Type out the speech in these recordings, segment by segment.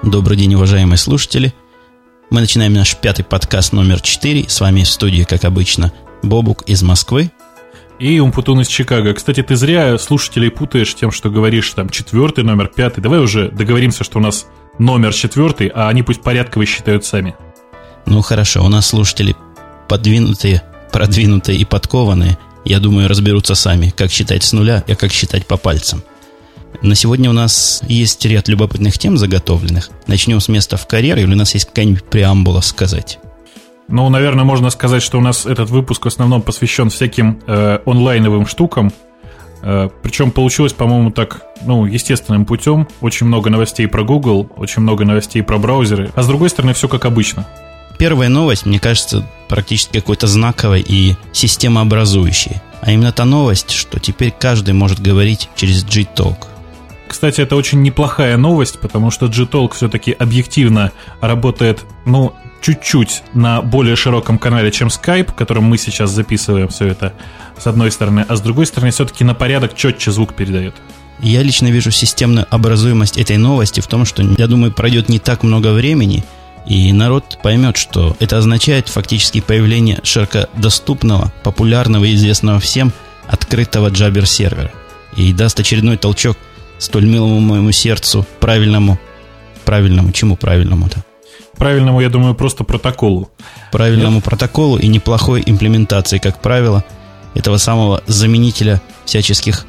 Добрый день, уважаемые слушатели. Мы начинаем наш 5-й подкаст номер 4. С вами в студии, как обычно, Бобук из Москвы. И Умпутун из Чикаго. Кстати, ты зря слушателей путаешь тем, что говоришь там 4-й, номер 5-й. Давай уже договоримся, что у нас номер 4-й, а они пусть порядковые считают сами. Ну хорошо, у нас слушатели продвинутые и подкованные. Я думаю, разберутся сами, как считать с нуля и как считать по пальцам. На сегодня у нас есть ряд любопытных тем заготовленных. Начнем с места в карьере, или у нас есть какая-нибудь преамбула сказать? Ну, наверное, можно сказать, что у нас этот выпуск в основном посвящен всяким онлайновым штукам. Причем получилось, по-моему, так, естественным путем. Очень много новостей про Google, очень много новостей про браузеры. А с другой стороны, все как обычно. Первая новость, мне кажется, практически какой-то знаковой и системообразующей. А именно та новость, что теперь каждый может говорить через Gtalk. Кстати, это очень неплохая новость, потому что Gtalk все-таки объективно работает, чуть-чуть на более широком канале, чем Skype, которым мы сейчас записываем все это, с одной стороны, а с другой стороны, все-таки на порядок четче звук передает. Я лично вижу системную образуемость этой новости в том, что, я думаю, пройдет не так много времени, и народ поймет, что это означает фактически появление широкодоступного, популярного и известного всем открытого Jabber-сервера. И даст очередной толчок столь милому моему сердцу правильному, чему правильному-то? Правильному, я думаю, просто протоколу. Правильному протоколу и неплохой имплементации, как правило, этого самого заменителя всяческих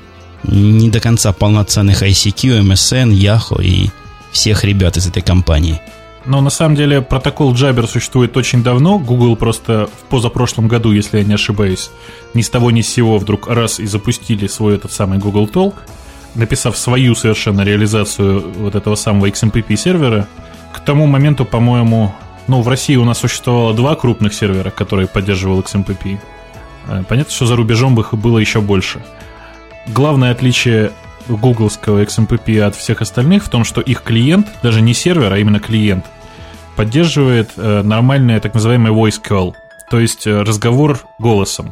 не до конца полноценных ICQ, MSN, Yahoo и всех ребят из этой компании. Но на самом деле протокол Jabber существует очень давно. Google просто в позапрошлом году, если я не ошибаюсь, ни с того ни с сего вдруг раз и запустили свой этот самый Google Talk, написав свою совершенно реализацию вот этого самого XMPP сервера. К тому моменту, по-моему, в России у нас существовало 2 крупных сервера, которые поддерживал XMPP. Понятно, что за рубежом их было еще больше. Главное отличие гугловского XMPP от всех остальных в том, что их клиент, даже не сервер, а именно клиент, поддерживает нормальный так называемый voice call, то есть разговор голосом.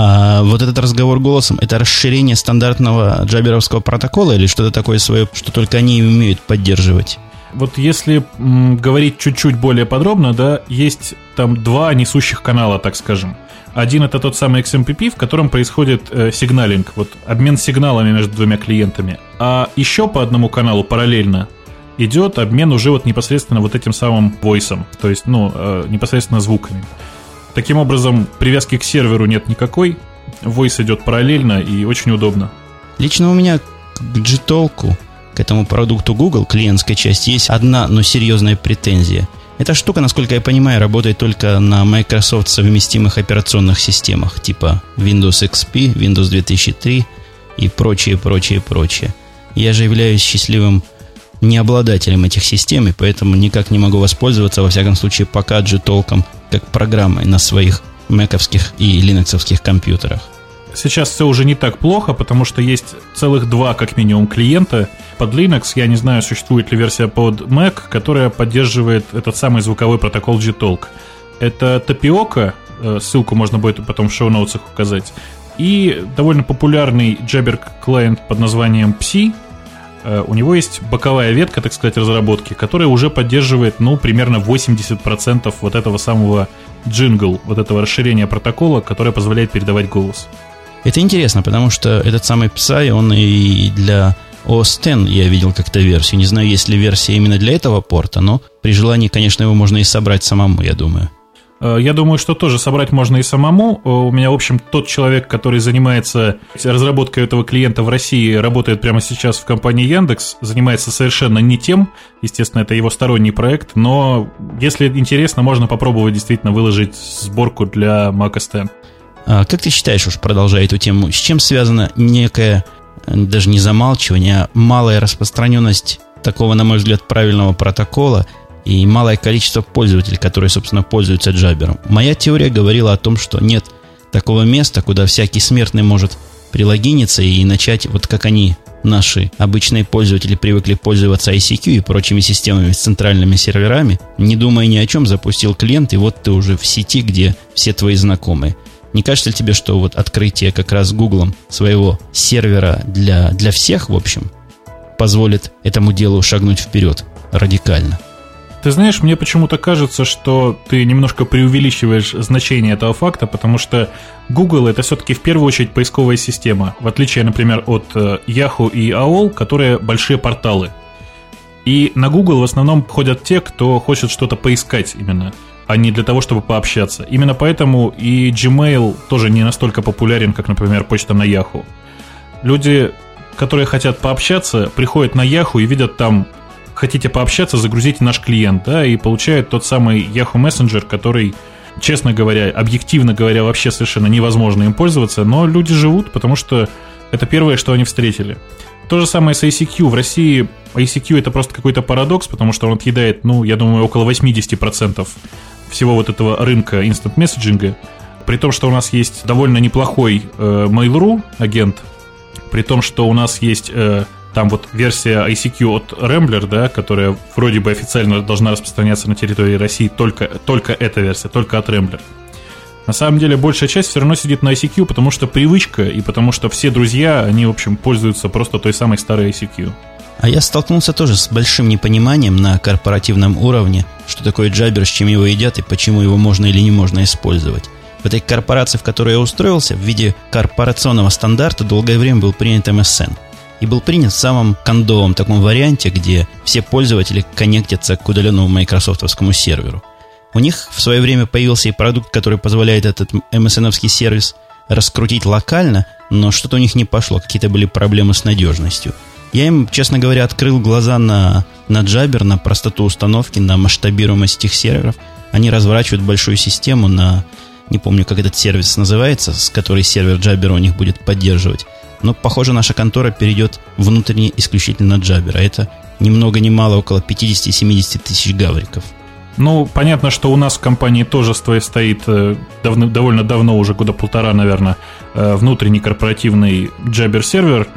А вот этот разговор голосом, это расширение стандартного джаберовского протокола или что-то такое свое, что только они умеют поддерживать? Вот если говорить чуть-чуть более подробно, да, есть там 2 несущих канала, так скажем. Один — это тот самый XMPP, в котором происходит сигналинг, вот обмен сигналами между 2 клиентами. А еще по одному каналу параллельно идет обмен уже вот непосредственно вот этим самым voice, то есть, непосредственно звуками. Таким образом, привязки к серверу нет никакой, voice идет параллельно и очень удобно. Лично у меня к Gtalk, к этому продукту Google, клиентской части, есть одна, но серьезная претензия. Эта штука, насколько я понимаю, работает только на Microsoft совместимых операционных системах, типа Windows XP, Windows 2003 и прочее. Я же являюсь счастливым необладателем этих систем, и поэтому никак не могу воспользоваться, во всяком случае, пока Gtalk как программой на своих мэковских и линуксовских компьютерах. Сейчас все уже не так плохо, потому что есть целых 2, как минимум, клиента под Linux. Я не знаю, существует ли версия под Mac, которая поддерживает этот самый звуковой протокол Gtalk. Это Tapioca, ссылку можно будет потом в шоу-ноутсах указать, и довольно популярный Jabber клиент под названием Psi. У него есть боковая ветка, так сказать, разработки, которая уже поддерживает, примерно 80% вот этого самого джингл, вот этого расширения протокола, которое позволяет передавать голос. Это интересно, потому что этот самый Psi, он и для OS X я видел как-то версию. Не знаю, есть ли версия именно для этого порта, но при желании, конечно, его можно и собрать самому, я думаю. Я думаю, что тоже собрать можно и самому. У меня, в общем, тот человек, который занимается разработкой этого клиента в России, работает прямо сейчас в компании Яндекс, занимается совершенно не тем. Естественно, это его сторонний проект, но если интересно, можно попробовать действительно выложить сборку для Mac OS X. Как ты считаешь, уж продолжая эту тему, с чем связана некая, даже не замалчивание, а малая распространенность такого, на мой взгляд, правильного протокола и малое количество пользователей, которые, собственно, пользуются Jabber? Моя теория говорила о том, что нет такого места, куда всякий смертный может прилогиниться и начать, вот как они, наши обычные пользователи, привыкли пользоваться ICQ и прочими системами с центральными серверами, не думая ни о чем, запустил клиент, и вот ты уже в сети, где все твои знакомые. Не кажется ли тебе, что вот открытие как раз Гуглом своего сервера для всех, в общем, позволит этому делу шагнуть вперед радикально? Ты знаешь, мне почему-то кажется, что ты немножко преувеличиваешь значение этого факта, потому что Google — это все-таки в первую очередь поисковая система, в отличие, например, от Yahoo и AOL, которые большие порталы. И на Google в основном ходят те, кто хочет что-то поискать именно, а не для того, чтобы пообщаться. Именно поэтому и Gmail тоже не настолько популярен, как, например, почта на Yahoo. Люди, которые хотят пообщаться, приходят на Yahoo и видят там: хотите пообщаться, загрузите наш клиент, да, и получают тот самый Yahoo Messenger, который, честно говоря, объективно говоря, вообще совершенно невозможно им пользоваться, но люди живут, потому что это первое, что они встретили. То же самое с ICQ. В России ICQ — это просто какой-то парадокс, потому что он отъедает, я думаю, около 80% всего вот этого рынка инстант-месседжинга, при том, что у нас есть довольно неплохой Mail.ru агент, при том, что у нас есть там вот версия ICQ от Rambler, да, которая вроде бы официально должна распространяться на территории России, только эта версия, только от Rambler. На самом деле большая часть все равно сидит на ICQ, потому что привычка и потому что все друзья, они, в общем, пользуются просто той самой старой ICQ. А я столкнулся тоже с большим непониманием на корпоративном уровне, что такое Jabber, с чем его едят и почему его можно или не можно использовать. В этой корпорации, в которой я устроился, в виде корпорационного стандарта долгое время был принят MSN. И был принят в самом кондовом таком варианте, где все пользователи коннектятся к удаленному майкрософтовскому серверу. У них в свое время появился и продукт, который позволяет этот MSN-овский сервис раскрутить локально, но что-то у них не пошло, какие-то были проблемы с надежностью. Я им, честно говоря, открыл глаза на Jabber, на простоту установки, на масштабируемость этих серверов. Они разворачивают большую систему на, не помню, как этот сервис называется, с которой сервер Jabber у них будет поддерживать. Но, похоже, наша контора перейдет внутренне исключительно на Jabber. А это ни много ни мало около 50-70 тысяч гавриков. Понятно, что у нас в компании тоже стоит довольно давно, уже года полтора, наверное, внутренний корпоративный Jabber-сервер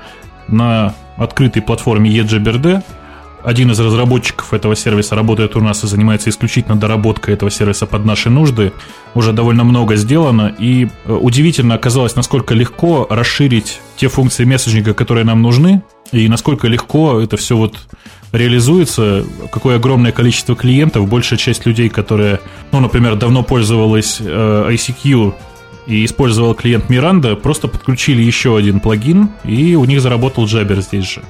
на открытой платформе eJabber.d. Один из разработчиков этого сервиса работает у нас и занимается исключительно доработкой этого сервиса под наши нужды. Уже довольно много сделано, и удивительно оказалось, насколько легко расширить те функции месседжинга, которые нам нужны, и насколько легко это все вот реализуется, какое огромное количество клиентов, большая часть людей, которые, например, давно пользовалась ICQ и использовал клиент Miranda, просто подключили еще один плагин, и у них заработал Jabber здесь же.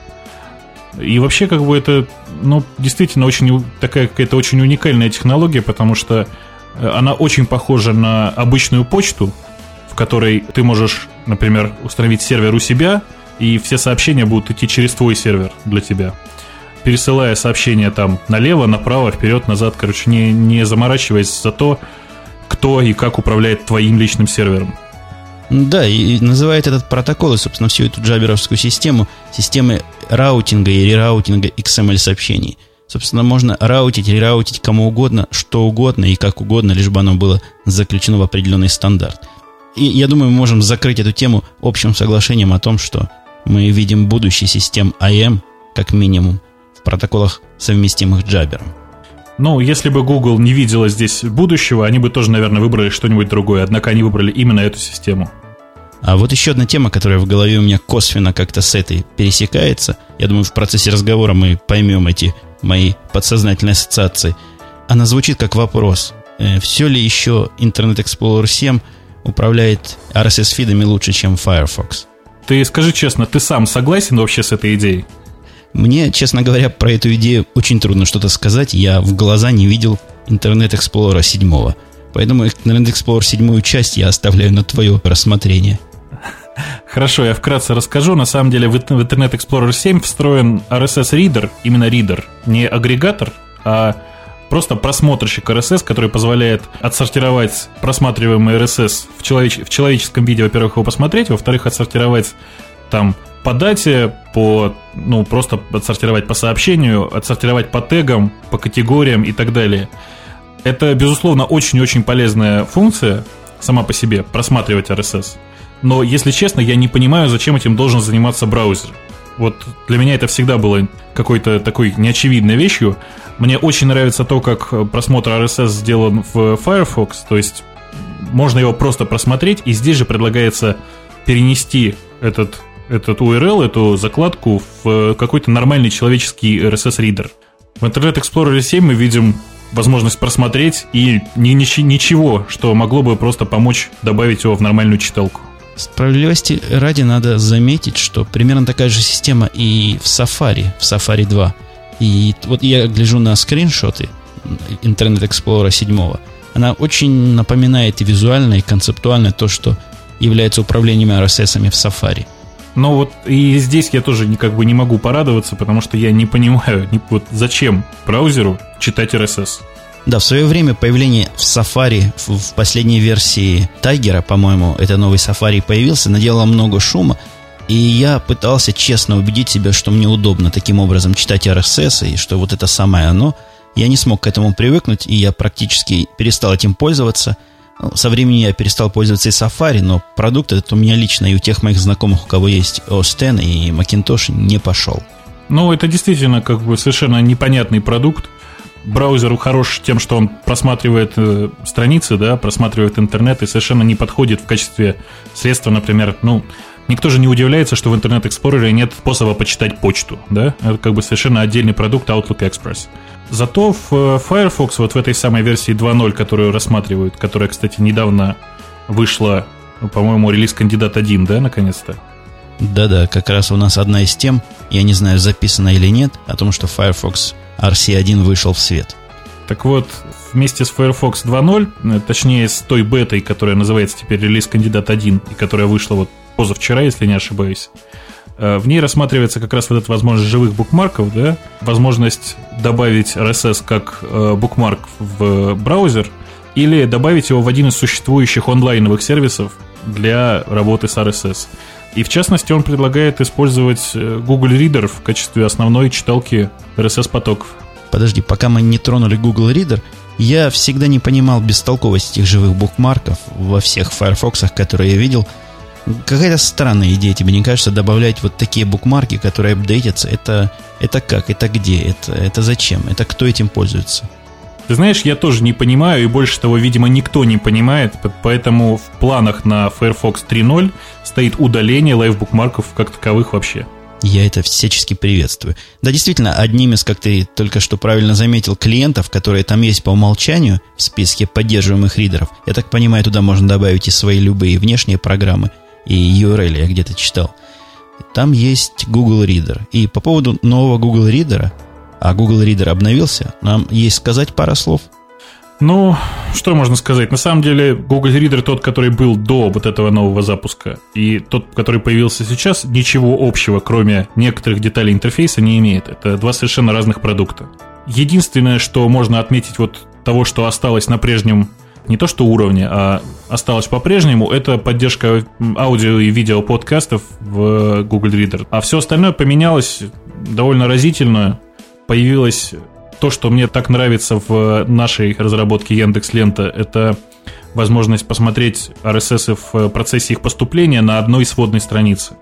И вообще, это, действительно такая какая-то очень уникальная технология, потому что она очень похожа на обычную почту, в которой ты можешь, например, установить сервер у себя, и все сообщения будут идти через твой сервер для тебя, пересылая сообщения там налево, направо, вперед, назад, не заморачиваясь за то, кто и как управляет твоим личным сервером. Да, и называет этот протокол и, собственно, всю эту джаберовскую систему системой раутинга и рераутинга XML-сообщений. Собственно, можно раутить и рераутить кому угодно, что угодно и как угодно, лишь бы оно было заключено в определенный стандарт. И я думаю, мы можем закрыть эту тему общим соглашением о том, что мы видим будущее систем IM, как минимум, в протоколах, совместимых с Jabber. Если бы Google не видела здесь будущего, они бы тоже, наверное, выбрали что-нибудь другое. Однако они выбрали именно эту систему. А вот еще одна тема, которая в голове у меня косвенно как-то с этой пересекается. Я думаю, в процессе разговора мы поймем эти мои подсознательные ассоциации. Она звучит как вопрос. Все ли еще Internet Explorer 7 управляет RSS-фидами лучше, чем Firefox? Ты скажи честно, ты сам согласен вообще с этой идеей? Мне, честно говоря, про эту идею очень трудно что-то сказать. Я в глаза не видел Internet Explorer 7. Поэтому Internet Explorer 7 часть я оставляю на твое рассмотрение. Хорошо, я вкратце расскажу. На самом деле в Internet Explorer 7 встроен RSS-ридер, именно ридер, не агрегатор, а просто просмотрщик RSS, который позволяет отсортировать просматриваемый RSS в человеческом виде, во-первых, его посмотреть, во-вторых, отсортировать там по дате, просто отсортировать по сообщению, отсортировать по тегам, по категориям и так далее. Это, безусловно, очень-очень полезная функция сама по себе, просматривать RSS. Но, если честно, я не понимаю, зачем этим должен заниматься браузер. Вот для меня это всегда было какой-то такой неочевидной вещью. Мне очень нравится то, как просмотр RSS сделан в Firefox, то есть можно его просто просмотреть, и здесь же предлагается перенести этот URL, эту закладку в какой-то нормальный человеческий RSS-ридер. В Internet Explorer 7 мы видим возможность просмотреть и ничего, что могло бы просто помочь добавить его в нормальную читалку. Справедливости ради надо заметить, что примерно такая же система и в Safari 2. И вот я гляжу на скриншоты Internet Explorer 7. Она очень напоминает и визуально, и концептуально то, что является управлением RSS-ами в Safari. Но вот и здесь я тоже не могу порадоваться, потому что я не понимаю, вот зачем браузеру читать RSS. Да, в свое время появление в Safari, в последней версии Tiger, по-моему, это новый Safari появился, наделало много шума, и я пытался честно убедить себя, что мне удобно таким образом читать RSS, и что вот это самое оно. Я не смог к этому привыкнуть, и я практически перестал этим пользоваться. Со временем я перестал пользоваться и Safari, но продукт этот у меня лично и у тех моих знакомых, у кого есть OS X и Macintosh, не пошел. Ну, это действительно совершенно непонятный продукт. Браузер хорош тем, что он просматривает страницы, да, просматривает интернет и совершенно не подходит в качестве средства, например, никто же не удивляется, что в Internet Explorer нет способа почитать почту, да, это совершенно отдельный продукт Outlook Express. Зато в Firefox, вот в этой самой версии 2.0, которую рассматривают, которая, кстати, недавно вышла, по-моему, релиз кандидат 1, да, наконец-то? Да-да, как раз у нас одна из тем, я не знаю, записана или нет, о том, что Firefox RC1 вышел в свет. Так вот, вместе с Firefox 2.0, точнее с той бетой, которая называется теперь релиз кандидат 1, и которая вышла вот позавчера, если не ошибаюсь, в ней рассматривается как раз вот эта возможность живых букмарков, да, возможность добавить RSS как букмарк в браузер или добавить его в один из существующих онлайновых сервисов для работы с RSS. И в частности он предлагает использовать Google Reader в качестве основной читалки RSS-потоков. Подожди, пока мы не тронули Google Reader, я всегда не понимал бестолковость этих живых букмарков во всех Firefox'ах, которые я видел. Какая-то странная идея, тебе не кажется, добавлять вот такие букмарки, которые апдейтятся? Это как? Это где? Это зачем? Это кто этим пользуется? Ты знаешь, я тоже не понимаю, и больше того, видимо, никто не понимает, поэтому в планах на Firefox 3.0 стоит удаление лайв-букмарков как таковых вообще. Я это всячески приветствую. Да, действительно, одним из, как ты только что правильно заметил, клиентов, которые там есть по умолчанию в списке поддерживаемых ридеров, я так понимаю, туда можно добавить и свои любые внешние программы, и URL я где-то читал. Там есть Google Reader. И по поводу нового Google Reader, а Google Reader обновился, нам есть сказать пару слов. Ну, что можно сказать? На самом деле, Google Reader, тот, который был до вот этого нового запуска, и тот, который появился сейчас, ничего общего, кроме некоторых деталей интерфейса, не имеет. Это два совершенно разных продукта. Единственное, что можно отметить вот того, что осталось на прежнем, не то что уровне, а осталось по-прежнему, это поддержка аудио и видео подкастов в Google Reader. А все остальное поменялось довольно разительно. Появилось то, что мне так нравится в нашей разработке Яндекс.Лента, это возможность посмотреть RSS в процессе их поступления на одной сводной странице,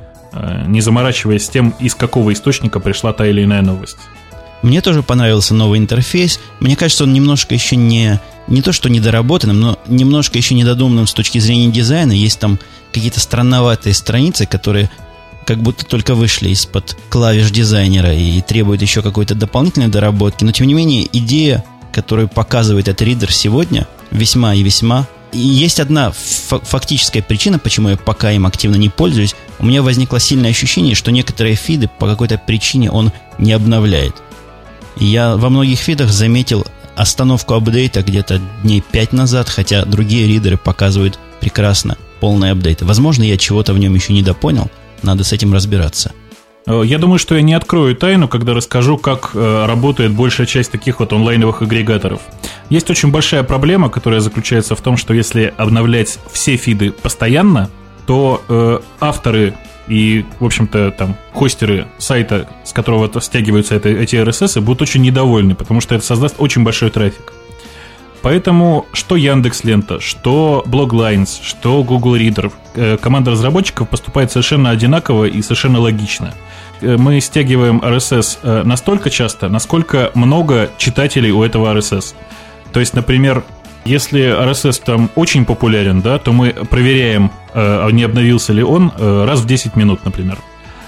не заморачиваясь тем, из какого источника пришла та или иная новость. Мне тоже понравился новый интерфейс. Мне кажется, он немножко еще не то, что недоработанным, но немножко еще недодуманным с точки зрения дизайна. Есть там какие-то странноватые страницы, которые как будто только вышли из-под клавиш дизайнера и требуют еще какой-то дополнительной доработки. Но, тем не менее, идея, которую показывает этот ридер сегодня, весьма и весьма. И есть одна фактическая причина, почему я пока им активно не пользуюсь. У меня возникло сильное ощущение, что некоторые фиды по какой-то причине он не обновляет. И я во многих фидах заметил остановку апдейта где-то дней 5 назад, хотя другие ридеры показывают прекрасно полные апдейты. Возможно, я чего-то в нем еще недопонял. Надо с этим разбираться. Я думаю, что я не открою тайну, когда расскажу, как работает большая часть таких вот онлайновых агрегаторов. Есть очень большая проблема, которая заключается в том, что если обновлять все фиды постоянно, то авторы и, в общем-то, там хостеры сайта, с которого стягиваются эти RSS, будут очень недовольны, потому что это создаст очень большой трафик. Поэтому что Яндекс.Лента, что Bloglines, что Google Reader, команда разработчиков поступает совершенно одинаково и совершенно логично. Мы стягиваем RSS настолько часто, насколько много читателей у этого RSS. То есть, например, если RSS там очень популярен, да, то мы проверяем, не обновился ли он раз в 10 минут, например.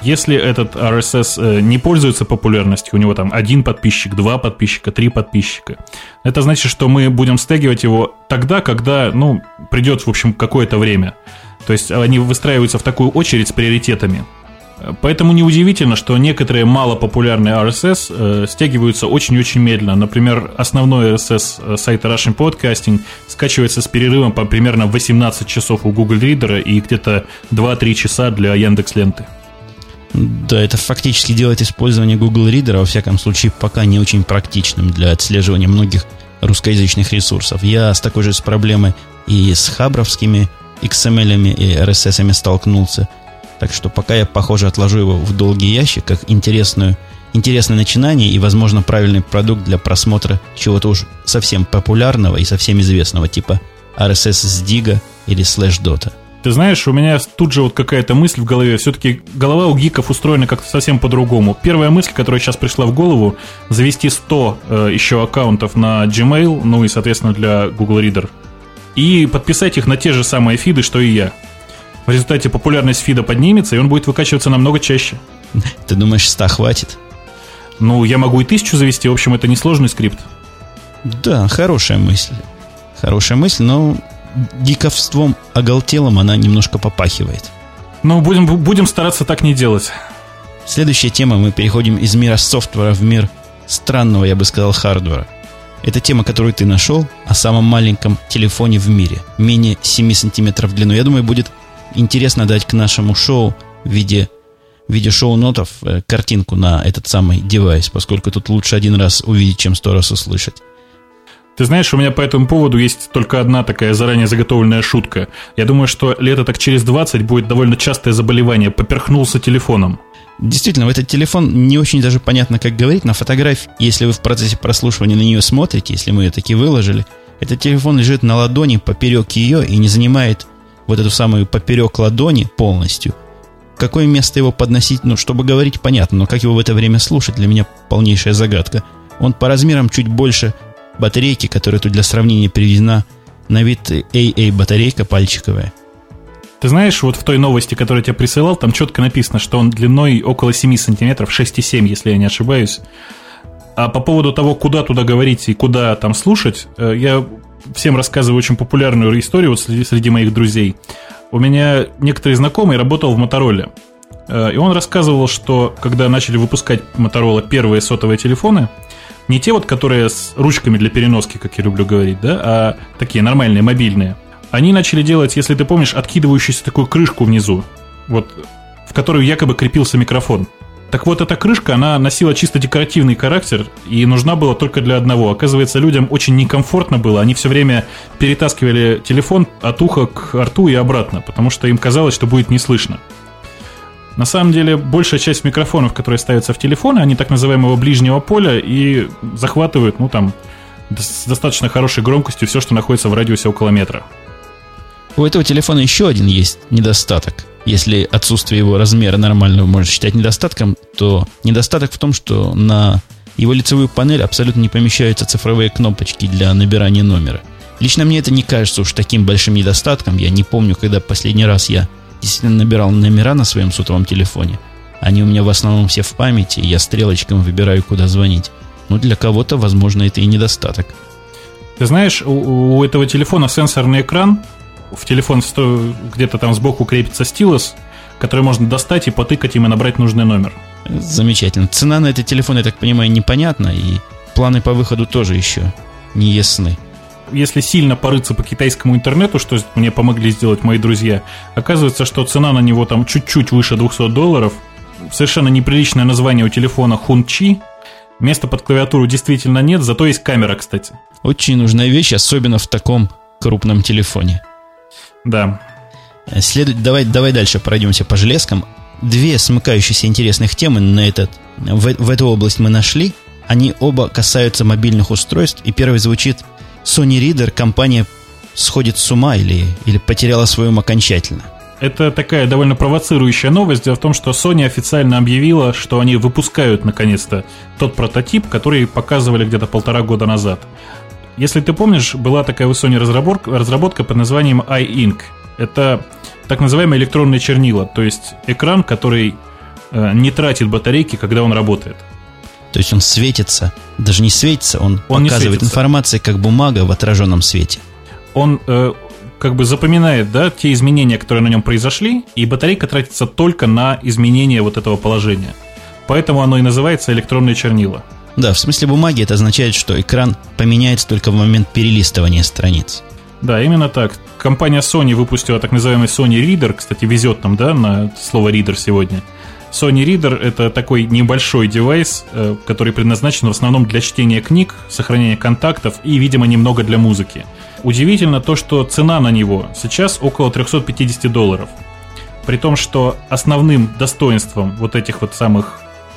Если этот RSS не пользуется популярностью, у него там 1 подписчик, 2 подписчика, 3 подписчика, это значит, что мы будем стягивать его тогда, когда, придет, в общем, какое-то время. То есть они выстраиваются в такую очередь с приоритетами. Поэтому неудивительно, что некоторые малопопулярные RSS стягиваются очень-очень медленно. Например, основной RSS сайта Russian Podcasting скачивается с перерывом по примерно 18 часов у Google Reader и где-то 2-3 часа для Яндекс.Ленты. Да, это фактически делает использование Google Reader, во всяком случае, пока не очень практичным для отслеживания многих русскоязычных ресурсов. Я с такой же проблемой и с хабровскими XML и RSS столкнулся. Так что пока я, похоже, отложу его в долгий ящик, как интересное начинание и, возможно, правильный продукт для просмотра чего-то уж совсем популярного и совсем известного, типа RSS с Дига или Slashdot. Ты знаешь, у меня тут же вот какая-то мысль в голове. Все-таки голова у гиков устроена как-то совсем по-другому. Первая мысль, которая сейчас пришла в голову, завести 100 еще аккаунтов на Gmail, и, соответственно, для Google Reader, и подписать их на те же самые фиды, что и я. В результате популярность фида поднимется, и он будет выкачиваться намного чаще. Ты думаешь, 100 хватит? Я могу и 1000 завести, в общем, это несложный скрипт. Да, хорошая мысль. Хорошая мысль, но гиковством оголтелым она немножко попахивает. Будем стараться так не делать. Следующая тема, мы переходим из мира софтвера в мир странного, я бы сказал, хардвера. Это тема, которую ты нашел, о самом маленьком телефоне в мире, менее 7 сантиметров в длину. Я думаю, будет интересно дать к нашему шоу в виде шоу-нотов картинку на этот самый девайс, поскольку тут лучше один раз увидеть, чем 100 раз услышать. Ты знаешь, у меня по этому поводу есть только одна такая заранее заготовленная шутка. Я думаю, что лето так через 20 будет довольно частое заболевание. Поперхнулся телефоном. Действительно, в этот телефон не очень даже понятно, как говорить. На фотографии, если вы в процессе прослушивания на нее смотрите, если мы ее таки выложили, этот телефон лежит на ладони поперек ее и не занимает вот эту самую поперек ладони полностью. Какое место его подносить, чтобы говорить, понятно, но как его в это время слушать, для меня полнейшая загадка. Он по размерам чуть больше батарейки, которая тут для сравнения приведена на вид AA-батарейка пальчиковая. Ты знаешь, вот в той новости, которую я тебе присылал, там четко написано, что он длиной около 7 сантиметров, 6,7, если я не ошибаюсь. А по поводу того, куда туда говорить и куда там слушать, я всем рассказываю очень популярную историю вот среди моих друзей. У меня некоторый знакомый работал в Мотороле. И он рассказывал, что когда начали выпускать Motorola первые сотовые телефоны, не те вот, которые с ручками для переноски, как я люблю говорить, да, а такие нормальные, мобильные, они начали делать, если ты помнишь, откидывающуюся такую крышку внизу, вот, в которую якобы крепился микрофон. Так вот, эта крышка, она носила чисто декоративный характер и нужна была только для одного. Оказывается, людям очень некомфортно было. Они все время перетаскивали телефон от уха к рту и обратно, потому что им казалось, что будет не слышно. На самом деле, большая часть микрофонов, которые ставятся в телефоны, они так называемого ближнего поля и захватывают, с достаточно хорошей громкостью все, что находится в радиусе около метра. У этого телефона еще один есть недостаток. Если отсутствие его размера нормального можно считать недостатком, то недостаток в том, что на его лицевую панель абсолютно не помещаются цифровые кнопочки для набирания номера. Лично мне это не кажется уж таким большим недостатком. Я не помню, когда последний раз я действительно набирал номера на своем сотовом телефоне. Они у меня в основном все в памяти, и я стрелочком выбираю, куда звонить. Но для кого-то, возможно, это и недостаток. Ты знаешь, у этого телефона сенсорный экран. В телефон где-то там сбоку крепится стилус, который можно достать и потыкать им и набрать нужный номер. Замечательно. Цена на этот телефон, я так понимаю, непонятна, и планы по выходу тоже еще не ясны. Если сильно порыться по китайскому интернету, что мне помогли сделать мои друзья, оказывается, что цена на него там чуть-чуть выше $200. Совершенно неприличное название у телефона Хунчи. Места под клавиатуру действительно нет, зато есть камера, кстати. Очень нужная вещь, особенно в таком крупном телефоне. Да. Давай дальше пройдемся по железкам. Две смыкающиеся интересных темы в эту область мы нашли. Они оба касаются мобильных устройств. И первый звучит: Sony Reader, компания сходит с ума или потеряла свой ум окончательно. Это такая довольно провоцирующая новость. Дело в том, что Sony официально объявила, что они выпускают наконец-то тот прототип, который показывали где-то 1,5 года назад. Если ты помнишь, была такая у Sony разработка под названием iInk. Это так называемые электронные чернила, то есть экран, который не тратит батарейки, когда он работает. То есть он светится, даже не светится, он показывает информацию как бумага в отраженном свете. Он как бы запоминает, да, те изменения, которые на нем произошли, и батарейка тратится только на изменение вот этого положения. Поэтому оно и называется электронные чернила. Да, в смысле бумаги это означает, что экран поменяется только в момент перелистывания страниц. Да, именно так. Компания Sony выпустила так называемый Sony Reader, кстати, везет нам, да, на слово Reader сегодня. Sony Reader — это такой небольшой девайс, который предназначен в основном для чтения книг, сохранения контактов и, видимо, немного для музыки. Удивительно то, что цена на него сейчас около $350. При том, что основным достоинством вот этих вот самых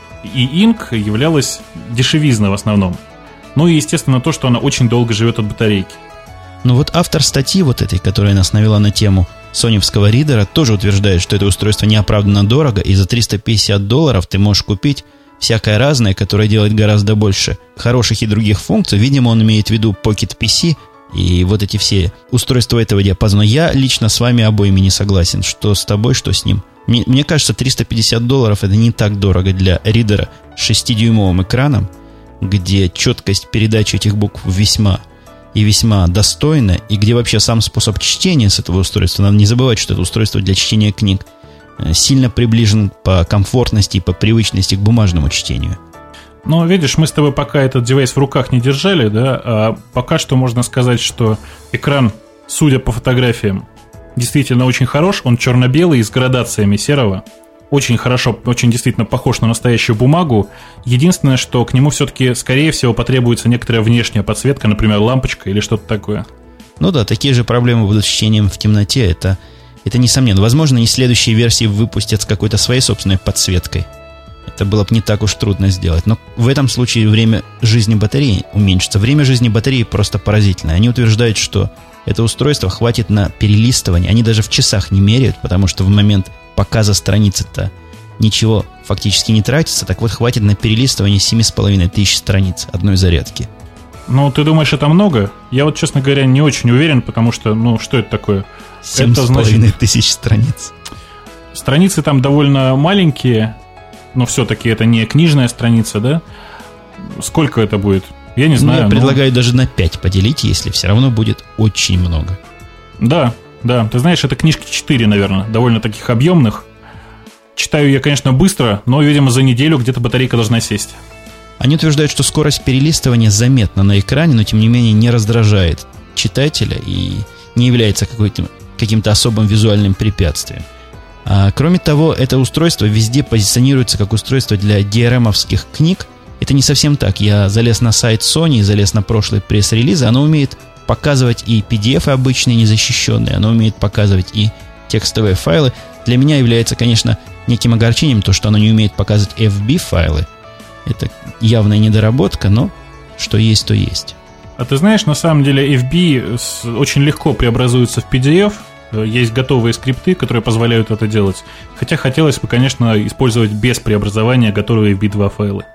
e-ink являлась дешевизна в основном. Ну и, естественно, то, что она очень долго живет от батарейки. Ну вот автор статьи вот этой, которая нас навела на тему соневского ридера, тоже утверждает, что это устройство неоправданно дорого, и за $350 ты можешь купить всякое разное, которое делает гораздо больше хороших и других функций. Видимо, он имеет в виду Pocket PC и вот эти все устройства этого диапазона. Я лично с вами обоими не согласен, что с тобой, что с ним. Мне кажется, $350 это не так дорого для ридера с 6-дюймовым экраном, где четкость передачи этих букв весьма и весьма достойна, и где вообще сам способ чтения с этого устройства, надо не забывать, что это устройство для чтения книг, сильно приближен по комфортности и по привычности к бумажному чтению. Ну, видишь, мы с тобой пока этот девайс в руках не держали, да, а пока что можно сказать, что экран, судя по фотографиям, действительно очень хорош, он черно-белый с градациями серого, очень хорошо, очень действительно похож на настоящую бумагу. Единственное, что к нему все-таки, скорее всего, потребуется некоторая внешняя подсветка, например, лампочка или что-то такое. Ну да, такие же проблемы будут с чтением в темноте, это несомненно. Возможно, и следующие версии выпустят с какой-то своей собственной подсветкой. Это было бы не так уж трудно сделать. Но в этом случае время жизни батареи уменьшится. Время жизни батареи просто поразительное. Они утверждают, что это устройство хватит на перелистывание. Они даже в часах не меряют, потому что в момент показа страницы-то ничего фактически не тратится. Так вот, хватит на перелистывание 7500 страниц одной зарядки. Ну, ты думаешь, это много? Я вот, честно говоря, не очень уверен, потому что, ну, что это такое? 7500 страниц. Страницы там довольно маленькие, но все-таки это не книжная страница, да? Сколько это будет? Я не знаю. Я предлагаю даже на 5 поделить, если все равно будет очень много. Да. Ты знаешь, это книжки 4, наверное, довольно таких объемных. Читаю я, конечно, быстро, но, видимо, за неделю где-то батарейка должна сесть. Они утверждают, что скорость перелистывания заметна на экране, но, тем не менее, не раздражает читателя и не является каким-то особым визуальным препятствием. Кроме того, это устройство везде позиционируется как устройство для DRM-овских книг. Это не совсем так. Я залез на сайт Sony, залез на прошлые пресс-релизы. Оно умеет показывать и PDF обычные, незащищенные. Оно умеет показывать и текстовые файлы. Для меня является, конечно, неким огорчением то, что оно не умеет показывать FB-файлы. Это явная недоработка, но что есть, то есть. А ты знаешь, на самом деле FB очень легко преобразуется в PDF. Есть готовые скрипты, которые позволяют это делать. Хотя хотелось бы, конечно, использовать без преобразования готовые FB2 файлы.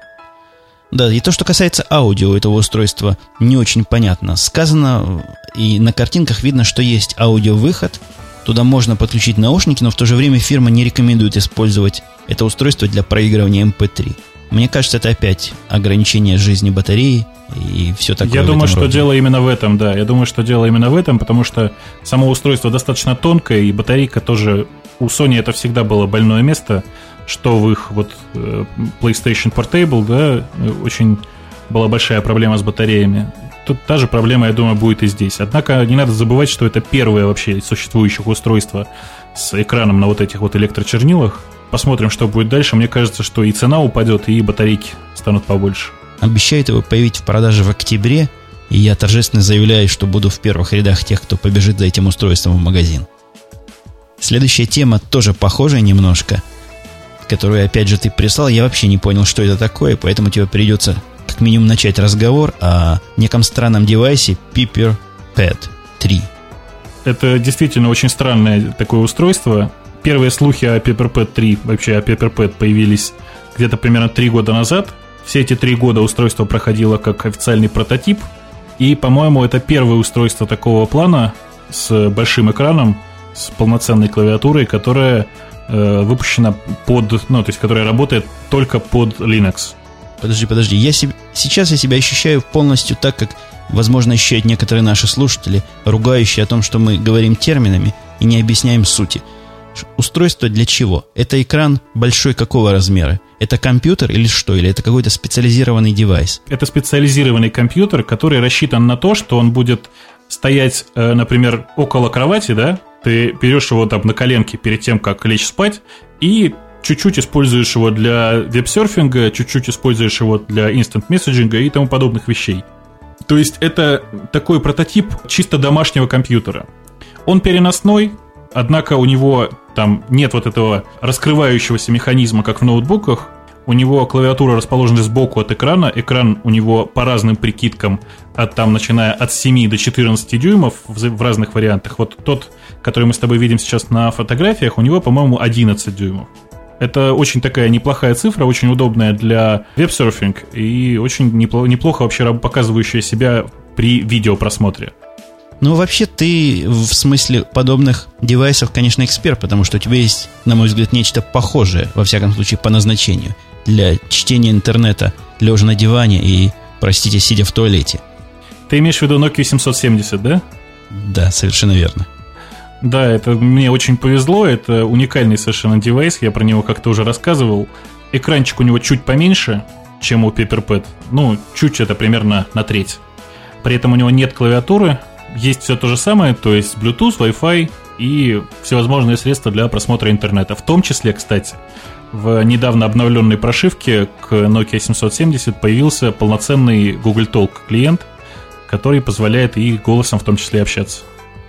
Да, и то, что касается аудио этого устройства, не очень понятно. Сказано, и на картинках видно, что есть аудиовыход. Туда можно подключить наушники, но в то же время фирма не рекомендует использовать это устройство для проигрывания MP3. Мне кажется, это опять ограничение жизни батареи и все такое. Я думаю, что дело именно в этом, да. Я думаю, что дело именно в этом, потому что само устройство достаточно тонкое, и батарейка тоже... У Sony это всегда было больное место, что в их вот PlayStation Portable, да, очень была большая проблема с батареями. Тут та же проблема, я думаю, будет и здесь. Однако не надо забывать, что это первое вообще из существующих устройства с экраном на вот этих вот электрочернилах. Посмотрим, что будет дальше. Мне кажется, что и цена упадет, и батарейки станут побольше. Обещают его появить в продаже в октябре, и я торжественно заявляю, что буду в первых рядах тех, кто побежит за этим устройством в магазин. Следующая тема тоже похожая немножко, которую, опять же, ты прислал. Я вообще не понял, что это такое, поэтому тебе придется как минимум начать разговор о неком странном девайсе Paper Pad 3. Это действительно очень странное такое устройство. Первые слухи о PaperPad 3, вообще о PaperPad, появились где-то примерно 3 года назад. Все эти 3 года устройство проходило как официальный прототип. И, по-моему, это первое устройство такого плана с большим экраном, с полноценной клавиатурой, которое выпущена которая работает только под Linux. Подожди. Сейчас я себя ощущаю полностью так, как, возможно, ощущают некоторые наши слушатели, ругающие о том, что мы говорим терминами и не объясняем сути. Устройство для чего? Это экран большой какого размера? Это компьютер или что? Или это какой-то специализированный девайс? Это специализированный компьютер, который рассчитан на то, что он будет стоять, например, около кровати, да? Ты берешь его там на коленке перед тем, как лечь спать, и чуть-чуть используешь его для веб-серфинга, чуть-чуть используешь его для инстант-месседжинга и тому подобных вещей. То есть это такой прототип чисто домашнего компьютера. Он переносной, однако у него там нет вот этого раскрывающегося механизма, как в ноутбуках. У него клавиатура расположена сбоку от экрана. Экран у него по разным прикидкам, начиная от 7 до 14 дюймов в разных вариантах. Вот тот, который мы с тобой видим сейчас на фотографиях, у него, по-моему, 11 дюймов. Это очень такая неплохая цифра, очень удобная для веб-серфинг и очень неплохо вообще показывающая себя при видеопросмотре. Ну, вообще, ты в смысле подобных девайсов, конечно, эксперт, потому что у тебя есть, на мой взгляд, нечто похожее, во всяком случае, по назначению, для чтения интернета, лежа на диване и, простите, сидя в туалете. Ты имеешь в виду Nokia 770, да? Да, совершенно верно. Да, это мне очень повезло, это уникальный совершенно девайс, я про него как-то уже рассказывал. Экранчик у него чуть поменьше, чем у Paperpad, чуть это примерно на треть. При этом у него нет клавиатуры, есть все то же самое, то есть Bluetooth, Wi-Fi и всевозможные средства для просмотра интернета. В том числе, кстати, в недавно обновленной прошивке к Nokia 770 появился полноценный Google Talk клиент, который позволяет и голосом в том числе общаться.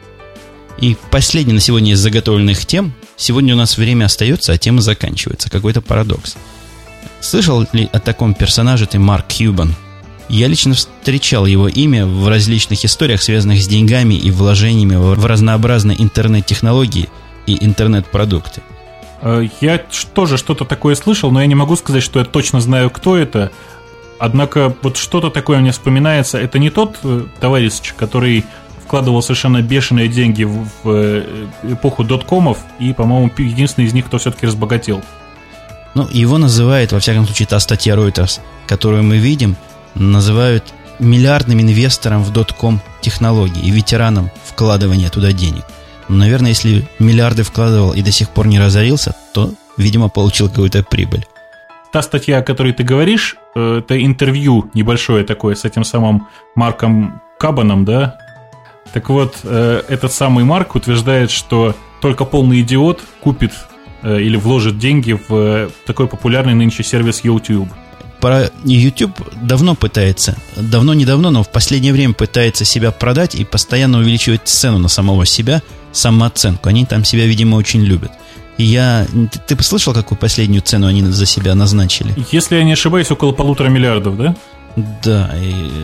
И последний на сегодня из заготовленных тем. Сегодня у нас время остается, а тема заканчивается. Какой-то парадокс. Слышал ли о таком персонаже ты Марк Кьюбан? Я лично встречал его имя в различных историях, связанных с деньгами и вложениями в разнообразные интернет-технологии и интернет-продукты. Я тоже что-то такое слышал, но я не могу сказать, что я точно знаю, кто это. Однако вот что-то такое мне вспоминается. Это не тот товарищ, который вкладывал совершенно бешеные деньги в эпоху доткомов и, по-моему, единственный из них, кто все-таки разбогател. Ну, его называют, во всяком случае, та статья Reuters, которую мы видим, называют миллиардным инвестором в дотком технологии и ветераном вкладывания туда денег. Но, наверное, если миллиарды вкладывал и до сих пор не разорился, то, видимо, получил какую-то прибыль. Та статья, о которой ты говоришь, это интервью небольшое такое с этим самым Марком Кабаном, да? Так вот, этот самый Марк утверждает, что только полный идиот купит или вложит деньги в такой популярный нынче сервис YouTube. Про YouTube давно-недавно, но в последнее время пытается себя продать и постоянно увеличивать цену на самого себя, самооценку. Они там себя, видимо, очень любят. Ты послышал, какую последнюю цену они за себя назначили? Если я не ошибаюсь, около 1,5 миллиарда, да? Да.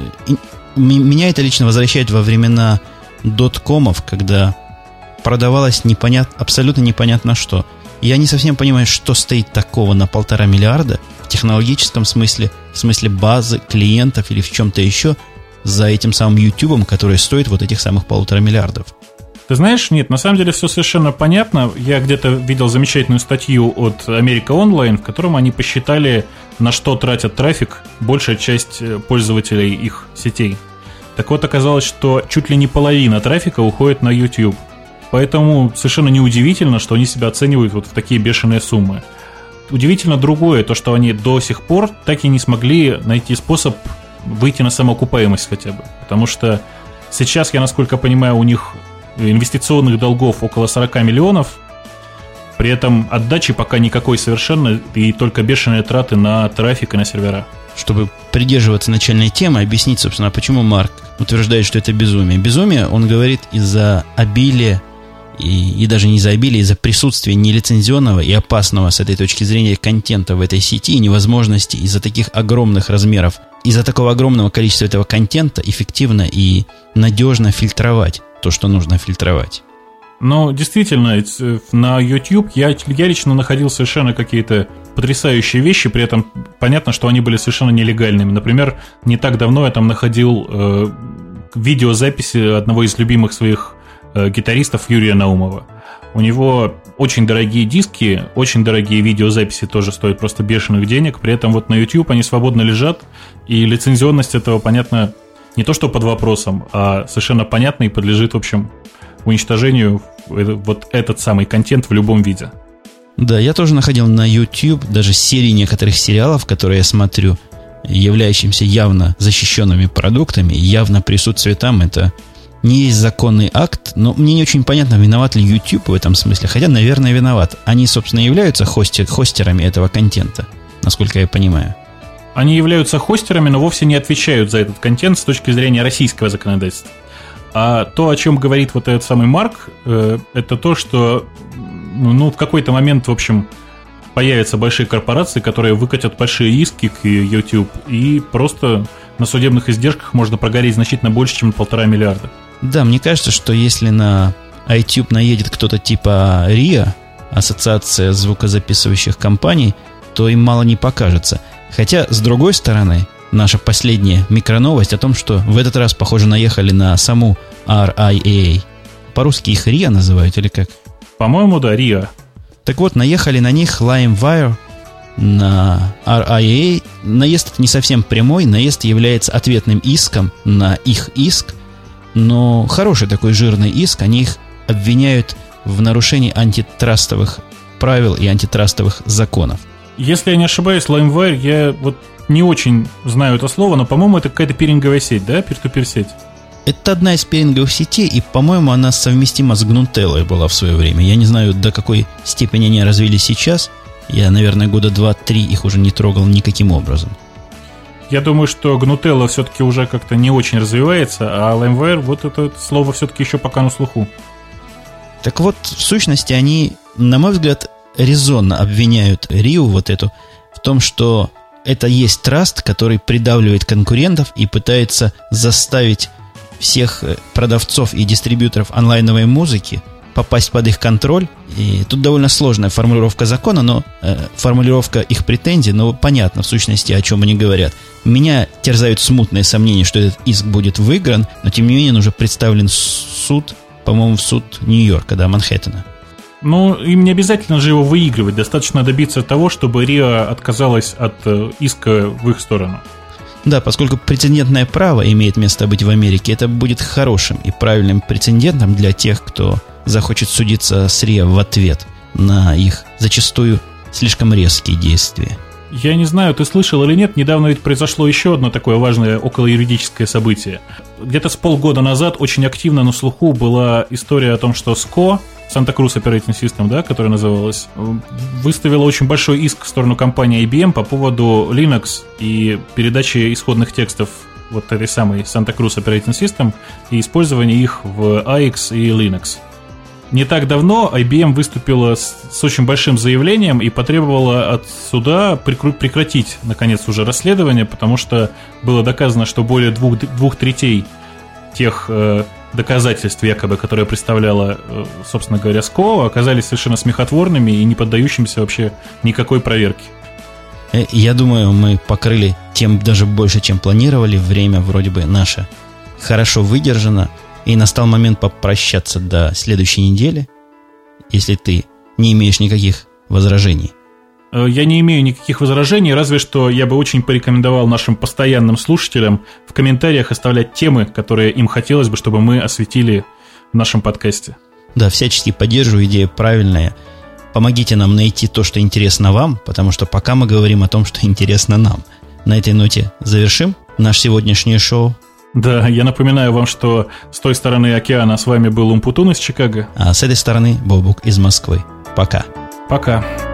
Меня это лично возвращает во времена доткомов, когда продавалось абсолютно непонятно что. Я не совсем понимаю, что стоит такого на 1,5 миллиарда в технологическом смысле, в смысле базы, клиентов или в чем-то еще за этим самым YouTube, который стоит вот этих самых 1,5 миллиардов. Ты знаешь, нет, на самом деле все совершенно понятно. Я где-то видел замечательную статью от Америка Онлайн, в котором они посчитали, на что тратят трафик большая часть пользователей их сетей. Так вот, оказалось, что чуть ли не половина трафика уходит на YouTube. Поэтому совершенно неудивительно, что они себя оценивают вот в такие бешеные суммы. Удивительно другое, то, что они до сих пор так и не смогли найти способ выйти на самоокупаемость хотя бы. Потому что сейчас, я насколько понимаю, у них инвестиционных долгов около 40 миллионов, при этом отдачи пока никакой совершенно, и только бешеные траты на трафик и на сервера. Чтобы придерживаться начальной темы, объяснить, собственно, почему Марк утверждает, что это безумие. Безумие, он говорит, из-за обилия, и даже не из-за обилия, из-за присутствия нелицензионного и опасного с этой точки зрения контента в этой сети и невозможности из-за таких огромных размеров, из-за такого огромного количества этого контента эффективно и надежно фильтровать то, что нужно фильтровать. Но действительно, на YouTube я лично находил совершенно какие-то потрясающие вещи, при этом понятно, что они были совершенно нелегальными. Например, не так давно я там находил видеозаписи одного из любимых своих гитаристов Юрия Наумова. У него очень дорогие диски, очень дорогие видеозаписи тоже стоят просто бешеных денег. При этом вот на YouTube они свободно лежат, и лицензионность этого, понятно, не то что под вопросом, а совершенно понятно и подлежит, в общем, уничтожению вот этот самый контент в любом виде. Да, я тоже находил на YouTube даже серии некоторых сериалов, которые я смотрю, являющимися явно защищенными продуктами, явно присутствие там, это не есть законный акт, но мне не очень понятно, виноват ли YouTube в этом смысле, хотя, наверное, виноват. Они, собственно, являются хостерами этого контента, насколько я понимаю. Они являются хостерами, но вовсе не отвечают за этот контент с точки зрения российского законодательства. А то, о чем говорит вот этот самый Марк, это то, что в какой-то момент, в общем, появятся большие корпорации, которые выкатят большие иски к YouTube, и просто на судебных издержках можно прогореть значительно больше, чем 1,5 миллиарда. Да, мне кажется, что если на iTube наедет кто-то типа RIA, Ассоциация звукозаписывающих компаний, то им мало не покажется. Хотя, с другой стороны, наша последняя микроновость о том, что в этот раз, похоже, наехали на саму RIAA. По-русски их RIA называют или как? По-моему, да, RIA. Так вот, наехали на них LimeWire, на RIAA. Наезд не совсем прямой, наезд является ответным иском на их иск, но хороший такой жирный иск. Они их обвиняют в нарушении антитрастовых правил и антитрастовых законов. Если я не ошибаюсь, LimeWire, я вот не очень знаю это слово, но, по-моему, это какая-то пиринговая сеть, да? Peer-to-peer сеть. Это одна из пиринговых сетей, и, по-моему, она совместима с Гнутеллой была в свое время. Я не знаю, до какой степени они развились сейчас. Я, наверное, года 2-3 их уже не трогал никаким образом. Я думаю, что Гнутелла все-таки уже как-то не очень развивается, а LimeWire, вот это слово все-таки еще пока на слуху. Так вот, в сущности, они, на мой взгляд, резонно обвиняют Риу вот эту в том, что это есть траст, который придавливает конкурентов и пытается заставить всех продавцов и дистрибьюторов онлайновой музыки попасть под их контроль. И тут довольно сложная формулировка закона, но формулировка их претензий, но понятно в сущности, о чем они говорят. Меня терзают смутные сомнения, что этот иск будет выигран, но тем не менее он уже представлен в суд, по-моему, в суд Нью-Йорка, да, Манхэттена. Ну, им не обязательно же его выигрывать, достаточно добиться того, чтобы RIA отказалась от иска в их сторону. Да, поскольку прецедентное право имеет место быть в Америке, это будет хорошим и правильным прецедентом для тех, кто захочет судиться с RIA в ответ на их зачастую слишком резкие действия. Я не знаю, ты слышал или нет, недавно ведь произошло еще одно такое важное околоюридическое событие. Где-то с полгода назад очень активно на слуху была история о том, что SCO, Santa Cruz Operating System, да, которая называлась, выставила очень большой иск в сторону компании IBM по поводу Linux и передачи исходных текстов вот этой самой Santa Cruz Operating System и использования их в AIX и Linux. Не так давно IBM выступила с очень большим заявлением и потребовала от суда прекратить, наконец, уже расследование, потому что было доказано, что более двух третей тех доказательств, якобы, которые представляла, собственно говоря, SCO, оказались совершенно смехотворными и не поддающимися вообще никакой проверке. Я думаю, мы покрыли тем даже больше, чем планировали. Время вроде бы наше хорошо выдержано. И настал момент попрощаться до следующей недели, если ты не имеешь никаких возражений. Я не имею никаких возражений, разве что я бы очень порекомендовал нашим постоянным слушателям в комментариях оставлять темы, которые им хотелось бы, чтобы мы осветили в нашем подкасте. Да, всячески поддерживаю, идея правильная. Помогите нам найти то, что интересно вам, потому что пока мы говорим о том, что интересно нам. На этой ноте завершим наше сегодняшнее шоу. Да, я напоминаю вам, что с той стороны океана с вами был Умпутун из Чикаго. А с этой стороны Бобук из Москвы. Пока. Пока.